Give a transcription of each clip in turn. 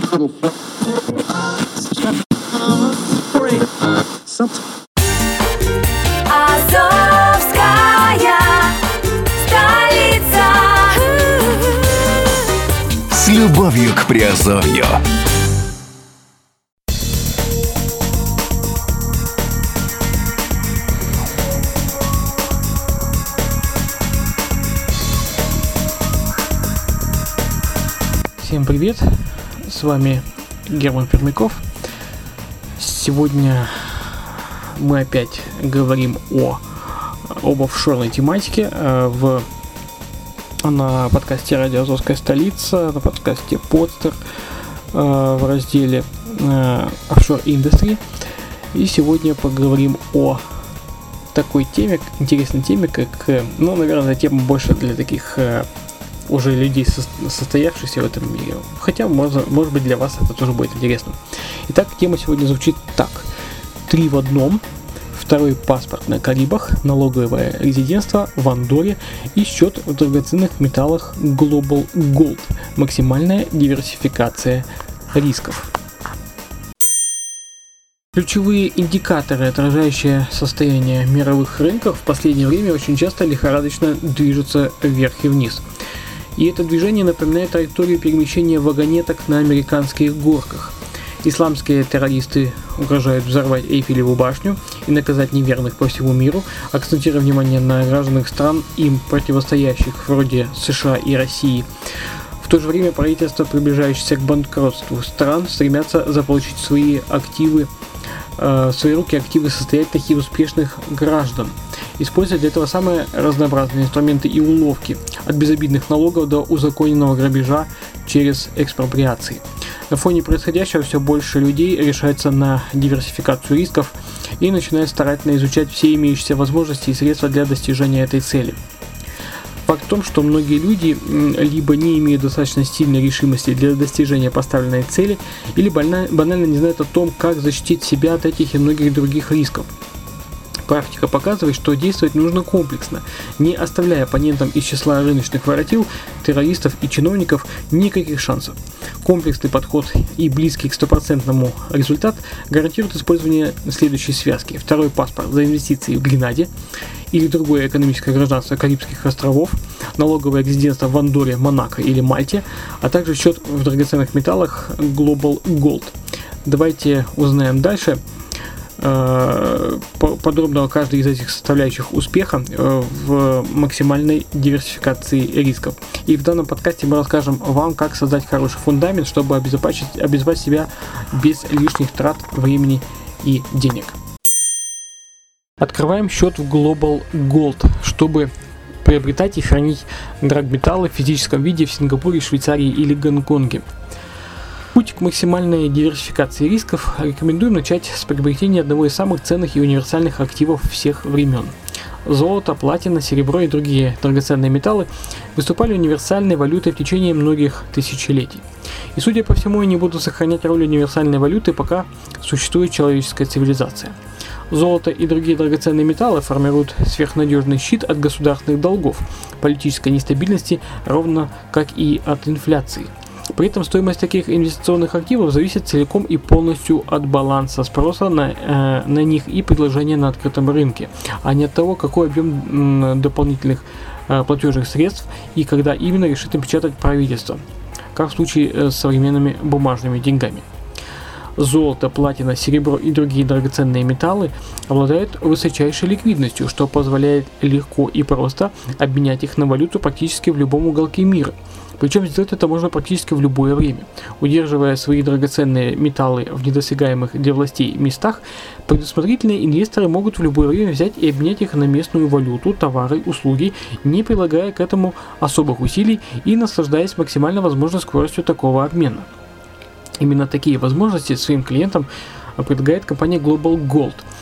Азовская столица. С любовью к Приазовью. Всем привет, с вами Герман Пермяков. Сегодня мы опять говорим об офшорной тематике на подкасте «Радио Азовская столица», на подкасте «Подстер» в разделе «Offshore Industry». И сегодня поговорим о такой теме, интересной теме, как, наверное, тема больше для таких уже людей, состоявшихся в этом мире. Хотя, может быть, для вас это тоже будет интересно. Итак, тема сегодня звучит так. 3 в одном. Второй паспорт на Карибах, налоговое резидентство в Андорре и счет в драгоценных металлах Global Gold. Максимальная диверсификация рисков. Ключевые индикаторы, отражающие состояние мировых рынков, в последнее время очень часто лихорадочно движутся вверх и вниз. И это движение напоминает траекторию перемещения вагонеток на американских горках. Исламские террористы угрожают взорвать Эйфелеву башню и наказать неверных по всему миру, акцентируя внимание на гражданах стран, им противостоящих, вроде США и России. В то же время правительства, приближающиеся к банкротству стран, стремятся заполучить в свои руки активы состоятельных и успешных граждан, используя для этого самые разнообразные инструменты и уловки, от безобидных налогов до узаконенного грабежа через экспроприации. На фоне происходящего все больше людей решается на диверсификацию рисков и начинает старательно изучать все имеющиеся возможности и средства для достижения этой цели. Факт в том, что многие люди либо не имеют достаточно сильной решимости для достижения поставленной цели, или банально не знают о том, как защитить себя от этих и многих других рисков. Практика показывает, что действовать нужно комплексно, не оставляя оппонентам из числа рыночных воротил, террористов и чиновников никаких шансов. Комплексный подход и близкий к 100% результат гарантирует использование следующей связки. Второй паспорт за инвестиции в Гренаде или другое экономическое гражданство Карибских островов, налоговое резидентство в Андорре, Монако или Мальте, а также счет в драгоценных металлах Global Gold. Давайте узнаем дальше подробно о каждой из этих составляющих успеха в максимальной диверсификации рисков. И в данном подкасте мы расскажем вам, как создать хороший фундамент, чтобы обезопасить себя без лишних трат времени и денег. Открываем счет в Global Gold, чтобы приобретать и хранить драгметаллы в физическом виде в Сингапуре, Швейцарии или Гонконге. Путь к максимальной диверсификации рисков рекомендуем начать с приобретения одного из самых ценных и универсальных активов всех времен. Золото, платина, серебро и другие драгоценные металлы выступали универсальной валютой в течение многих тысячелетий. И, судя по всему, они будут сохранять роль универсальной валюты, пока существует человеческая цивилизация. Золото и другие драгоценные металлы формируют сверхнадежный щит от государственных долгов, политической нестабильности, ровно как и от инфляции. При этом стоимость таких инвестиционных активов зависит целиком и полностью от баланса спроса на них и предложения на открытом рынке, а не от того, какой объем дополнительных платежных средств и когда именно решит им печатать правительство, как в случае с современными бумажными деньгами. Золото, платина, серебро и другие драгоценные металлы обладают высочайшей ликвидностью, что позволяет легко и просто обменять их на валюту практически в любом уголке мира. Причем сделать это можно практически в любое время. Удерживая свои драгоценные металлы в недосягаемых для властей местах, предусмотрительные инвесторы могут в любое время взять и обменять их на местную валюту, товары, услуги, не прилагая к этому особых усилий и наслаждаясь максимально возможной скоростью такого обмена. Именно такие возможности своим клиентам предлагает компания Global Gold.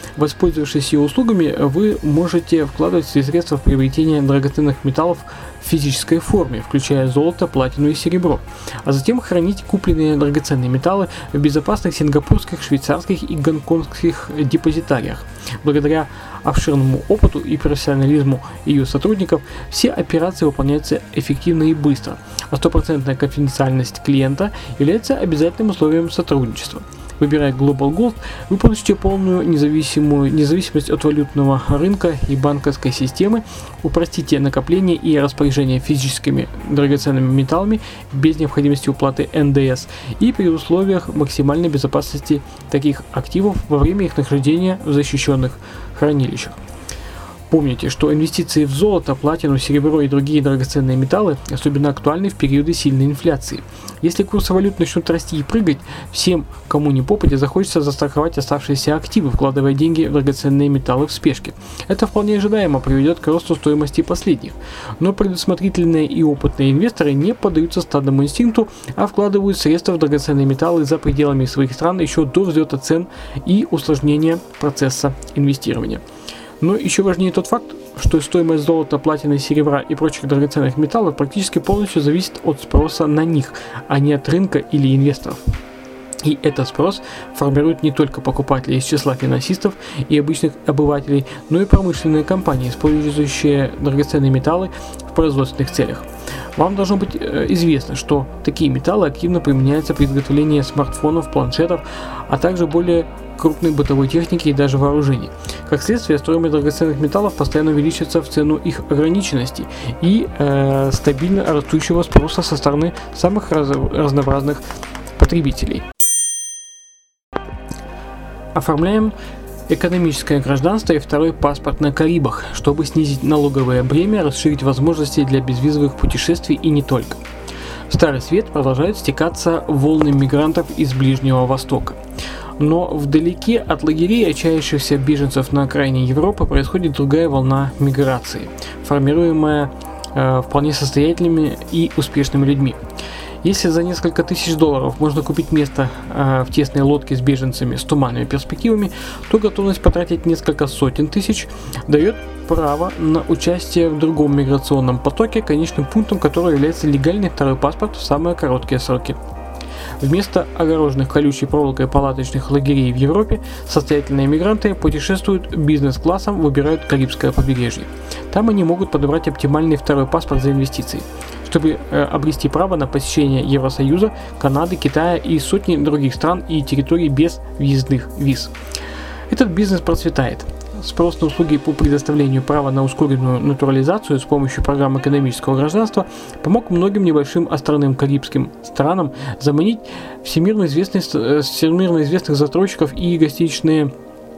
Воспользовавшись ее услугами, вы можете вкладывать свои средства в приобретение драгоценных металлов в физической форме, включая золото, платину и серебро, а затем хранить купленные драгоценные металлы в безопасных сингапурских, швейцарских и гонконгских депозитариях. Благодаря обширному опыту и профессионализму ее сотрудников все операции выполняются эффективно и быстро, а стопроцентная конфиденциальность клиента является обязательным условием сотрудничества. Выбирая Global Gold, вы получите полную независимость от валютного рынка и банковской системы, упростите накопление и распоряжение физическими драгоценными металлами без необходимости уплаты НДС и при условиях максимальной безопасности таких активов во время их нахождения в защищенных хранилищах. Помните, что инвестиции в золото, платину, серебро и другие драгоценные металлы особенно актуальны в периоды сильной инфляции. Если курсы валют начнут расти и прыгать, всем, кому не попадя, захочется застраховать оставшиеся активы, вкладывая деньги в драгоценные металлы в спешке. Это вполне ожидаемо приведет к росту стоимости последних. Но предусмотрительные и опытные инвесторы не поддаются стадному инстинкту, а вкладывают средства в драгоценные металлы за пределами своих стран еще до взлета цен и усложнения процесса инвестирования. Но еще важнее тот факт, что стоимость золота, платины, серебра и прочих драгоценных металлов практически полностью зависит от спроса на них, а не от рынка или инвесторов. И этот спрос формирует не только покупатели из числа финансистов и обычных обывателей, но и промышленные компании, использующие драгоценные металлы в производственных целях. Вам должно быть известно, что такие металлы активно применяются при изготовлении смартфонов, планшетов, а также более крупной бытовой техники и даже вооружений. Как следствие, стоимость драгоценных металлов постоянно увеличивается в цену их ограниченности и стабильно растущего спроса со стороны самых разнообразных потребителей. Оформляем экономическое гражданство и второй паспорт на Карибах, чтобы снизить налоговое бремя, расширить возможности для безвизовых путешествий и не только. В Старый Свет продолжают стекаться волны мигрантов из Ближнего Востока. Но вдалеке от лагерей отчаявшихся беженцев на окраине Европы происходит другая волна миграции, формируемая вполне состоятельными и успешными людьми. Если за несколько тысяч долларов можно купить место в тесной лодке с беженцами с туманными перспективами, то готовность потратить несколько сотен тысяч дает право на участие в другом миграционном потоке, конечным пунктом которого является легальный второй паспорт в самые короткие сроки. Вместо огороженных колючей проволокой палаточных лагерей в Европе состоятельные мигранты путешествуют бизнес-классом, выбирают Карибское побережье. Там они могут подобрать оптимальный второй паспорт за инвестиции, чтобы обрести право на посещение Евросоюза, Канады, Китая и сотни других стран и территорий без въездных виз. Этот бизнес процветает. Спрос на услуги по предоставлению права на ускоренную натурализацию с помощью программ экономического гражданства помог многим небольшим островным карибским странам заманить всемирно известных застройщиков и гостиничные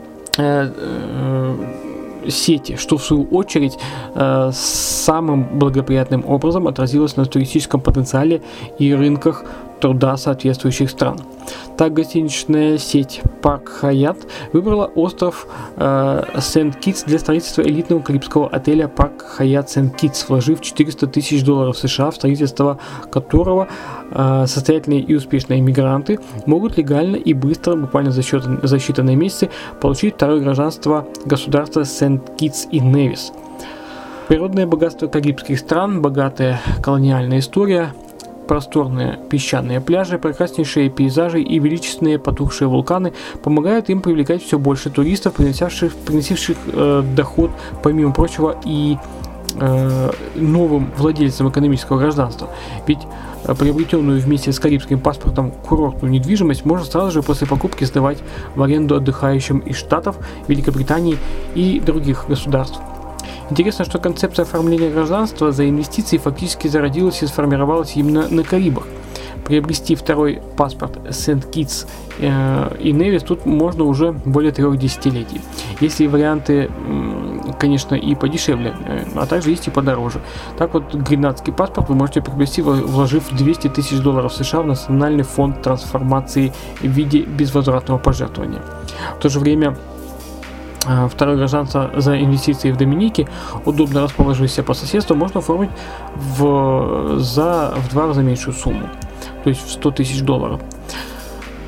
сети, что в свою очередь самым благоприятным образом отразилось на туристическом потенциале и рынках труда соответствующих стран. Так, гостиничная сеть Park Hyatt выбрала остров Сент-Китс для строительства элитного карибского отеля Park Hyatt Сент-Китс, вложив $400 тысяч США, в строительство которого состоятельные и успешные мигранты могут легально и быстро, буквально за считанные месяцы, получить второе гражданство государства Сент-Китс и Невис. Природное богатство карибских стран, богатая колониальная история, просторные песчаные пляжи, прекраснейшие пейзажи и величественные потухшие вулканы помогают им привлекать все больше туристов, приносивших доход, помимо прочего, и новым владельцам экономического гражданства. Ведь приобретенную вместе с карибским паспортом курортную недвижимость можно сразу же после покупки сдавать в аренду отдыхающим из Штатов, Великобритании и других государств. Интересно, что концепция оформления гражданства за инвестиции фактически зародилась и сформировалась именно на Карибах. Приобрести второй паспорт Сент-Китс и Невис тут можно уже более 3 десятилетий. Есть и варианты, конечно, и подешевле, а также есть и подороже. Так вот, гренадский паспорт вы можете приобрести, вложив $200 тысяч США в Национальный фонд трансформации в виде безвозвратного пожертвования. В то же время второе гражданство за инвестиции в Доминике, удобно расположившееся по соседству, можно оформить в 2 раза меньшую сумму, то есть в $100 тысяч.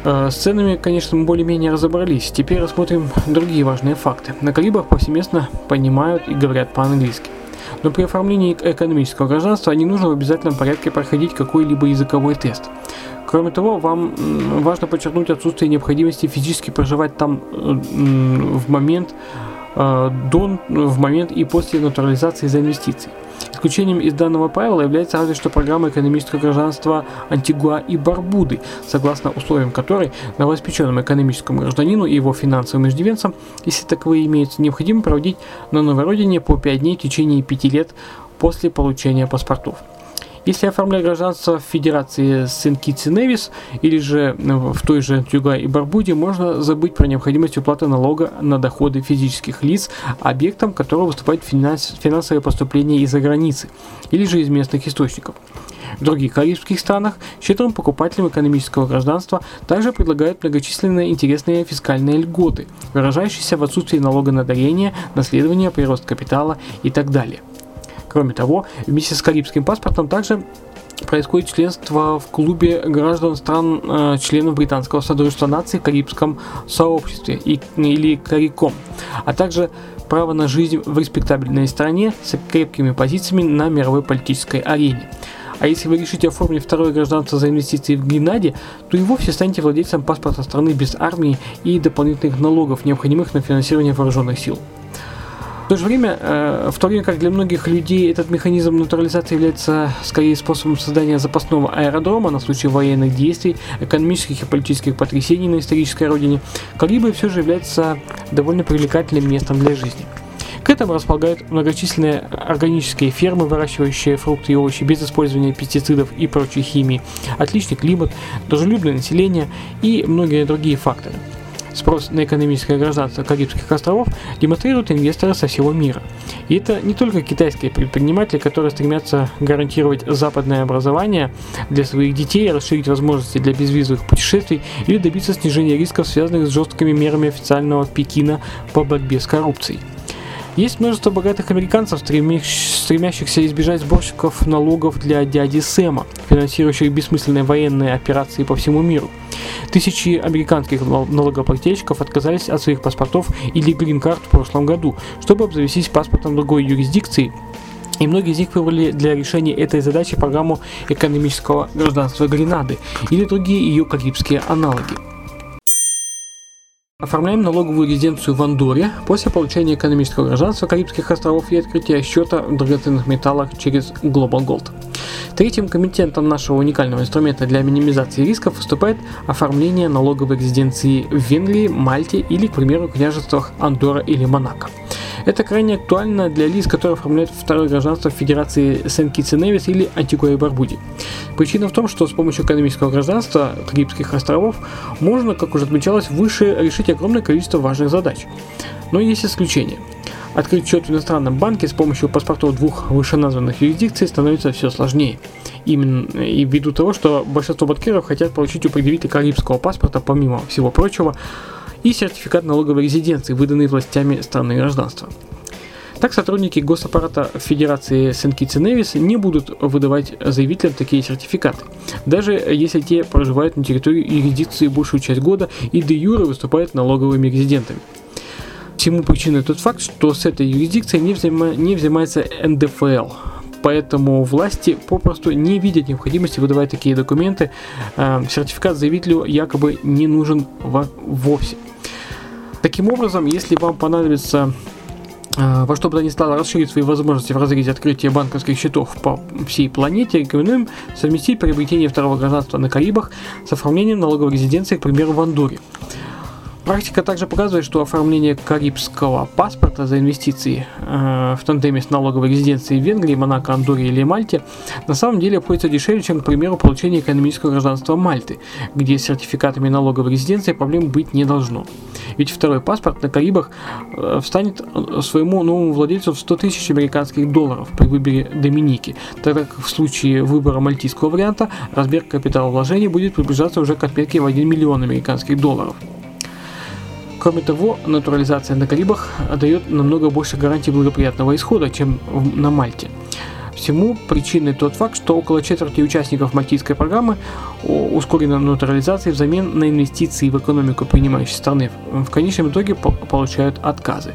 С ценами, конечно, мы более-менее разобрались. Теперь рассмотрим другие важные факты. На Карибах повсеместно понимают и говорят по-английски. Но при оформлении экономического гражданства не нужно в обязательном порядке проходить какой-либо языковой тест. Кроме того, вам важно подчеркнуть отсутствие необходимости физически проживать там в момент и после натурализации за инвестиции. Исключением из данного правила является разве что программа экономического гражданства Антигуа и Барбуды, согласно условиям которой новоиспеченному экономическому гражданину и его финансовым иждивенцам, если таковые имеются, необходимо проводить на новой родине по 5 дней в течение 5 лет после получения паспортов. Если оформлять гражданство в Федерации Сент-Китс и Невис или же в той же Антигуа и Барбуде, можно забыть про необходимость уплаты налога на доходы физических лиц, объектом которого выступают финансовые поступления из-за границы или же из местных источников. В других карибских странах щедрым покупателям экономического гражданства также предлагают многочисленные интересные фискальные льготы, выражающиеся в отсутствии налога на дарение, наследование, прирост капитала и так далее. Кроме того, вместе с карибским паспортом также происходит членство в клубе граждан стран членов Британского Содружества наций в Карибском сообществе или Кариком, а также право на жизнь в респектабельной стране с крепкими позициями на мировой политической арене. А если вы решите оформить второе гражданство за инвестиции в Гренаде, то и вовсе станете владельцем паспорта страны без армии и дополнительных налогов, необходимых на финансирование вооруженных сил. В то же время, как для многих людей этот механизм натурализации является скорее способом создания запасного аэродрома на случай военных действий, экономических и политических потрясений на исторической родине, Карибы все же являются довольно привлекательным местом для жизни. К этому располагают многочисленные органические фермы, выращивающие фрукты и овощи без использования пестицидов и прочей химии, отличный климат, дружелюбное население и многие другие факторы. Спрос на экономическое гражданство Карибских островов демонстрируют инвесторы со всего мира. И это не только китайские предприниматели, которые стремятся гарантировать западное образование для своих детей, расширить возможности для безвизовых путешествий или добиться снижения рисков, связанных с жесткими мерами официального Пекина по борьбе с коррупцией. Есть множество богатых американцев, стремящихся избежать сборщиков налогов для дяди Сэма, финансирующих бессмысленные военные операции по всему миру. Тысячи американских налогоплательщиков отказались от своих паспортов или грин-карт в прошлом году, чтобы обзавестись паспортом другой юрисдикции, и многие из них выбрали для решения этой задачи программу экономического гражданства Гренады или другие ее карибские аналоги. Оформляем налоговую резиденцию в Андорре после получения экономического гражданства Карибских островов и открытия счета в драгоценных металлах через Global Gold. Третьим комитетом нашего уникального инструмента для минимизации рисков выступает оформление налоговой резиденции в Венгрии, Мальте или, к примеру, княжествах Андорра или Монако. Это крайне актуально для лиц, которые оформляют второе гражданство в Федерации Сент-Китс и Невис или Антигуа и Барбуде. Причина в том, что с помощью экономического гражданства Карибских островов можно, как уже отмечалось выше, решить огромное количество важных задач. Но есть исключения. Открыть счет в иностранном банке с помощью паспортов двух вышеназванных юрисдикций становится все сложнее. Именно и ввиду того, что большинство банкиров хотят получить у предъявителя карибского паспорта, помимо всего прочего, и сертификат налоговой резиденции, выданный властями страны гражданства. Так, сотрудники госаппарата Федерации Сент-Китс и Невис не будут выдавать заявителям такие сертификаты, даже если те проживают на территории юрисдикции большую часть года и де юре выступают налоговыми резидентами. Всему причиной тот факт, что с этой юрисдикцией не взимается НДФЛ, поэтому власти попросту не видят необходимости выдавать такие документы, сертификат заявителю якобы не нужен вовсе. Таким образом, если вам понадобится во что бы то ни стало расширить свои возможности в разрезе открытия банковских счетов по всей планете, рекомендуем совместить приобретение второго гражданства на Карибах с оформлением налоговой резиденции, к примеру, в Андорре. Практика также показывает, что оформление карибского паспорта за инвестиции в тандеме с налоговой резиденцией в Венгрии, Монако, Андорре или Мальте на самом деле обходится дешевле, чем, к примеру, получение экономического гражданства Мальты, где с сертификатами налоговой резиденции проблем быть не должно. Ведь второй паспорт на Карибах встанет своему новому владельцу в 100 тысяч американских долларов при выборе Доминики, так как в случае выбора мальтийского варианта размер капиталовложений будет приближаться уже к отметке в 1 миллион американских долларов. Кроме того, натурализация на Карибах дает намного больше гарантий благоприятного исхода, чем на Мальте. всему причиной тот факт, что около четверти участников мальтийской программы ускоренной натурализации взамен на инвестиции в экономику принимающей страны в конечном итоге получают отказы.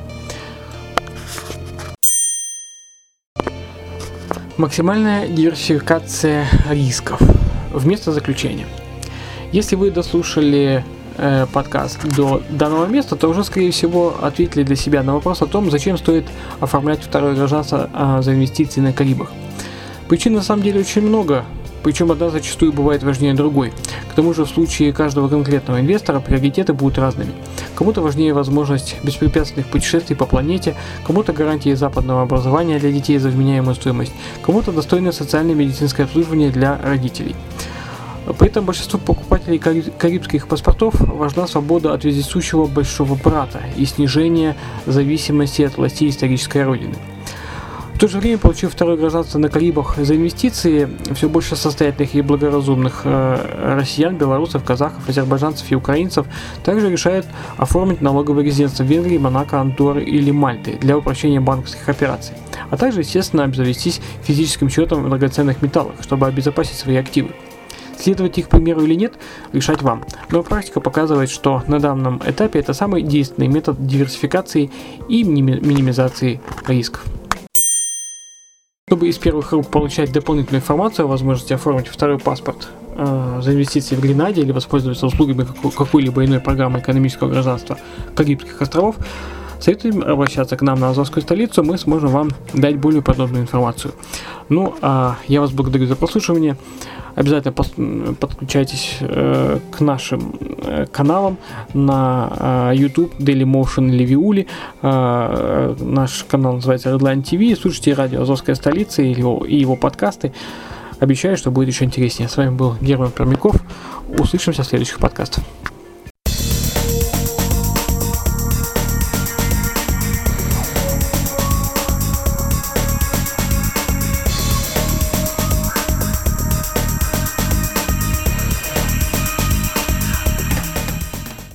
Максимальная диверсификация рисков. Вместо заключения. Если вы дослушали подкаст до данного места, то уже, скорее всего, ответили для себя на вопрос о том, зачем стоит оформлять второе гражданство за инвестиции на Карибах. Причин на самом деле очень много, причем одна зачастую бывает важнее другой. К тому же в случае каждого конкретного инвестора приоритеты будут разными. Кому-то важнее возможность беспрепятственных путешествий по планете, кому-то гарантии западного образования для детей за вменяемую стоимость, кому-то достойное социальное и медицинское обслуживание для родителей. При этом большинству покупателей карибских паспортов важна свобода от вездесущего большого брата и снижение зависимости от властей исторической родины. В то же время, получив второе гражданство на Карибах за инвестиции, все больше состоятельных и благоразумных россиян, белорусов, казахов, азербайджанцев и украинцев также решают оформить налоговое резидентство в Венгрии, Монако, Андорры или Мальты для упрощения банковских операций, а также, естественно, обзавестись физическим счетом в драгоценных металлах, чтобы обезопасить свои активы. Следовать их примеру или нет, решать вам. Но практика показывает, что на данном этапе это самый действенный метод диверсификации и минимизации рисков. Чтобы из первых рук получать дополнительную информацию о возможности оформить второй паспорт за инвестиции в Гренаде или воспользоваться услугами какой-либо иной программы экономического гражданства Карибских островов, советуем обращаться к нам на Азовскую столицу, мы сможем вам дать более подробную информацию. Ну, а я вас благодарю за прослушивание. Обязательно подключайтесь к нашим каналам на YouTube, Dailymotion или Viuli. Наш канал называется Redline TV. Слушайте радио Азовская столица и его подкасты. Обещаю, что будет еще интереснее. С вами был Герман Пермяков. Услышимся в следующих подкастах.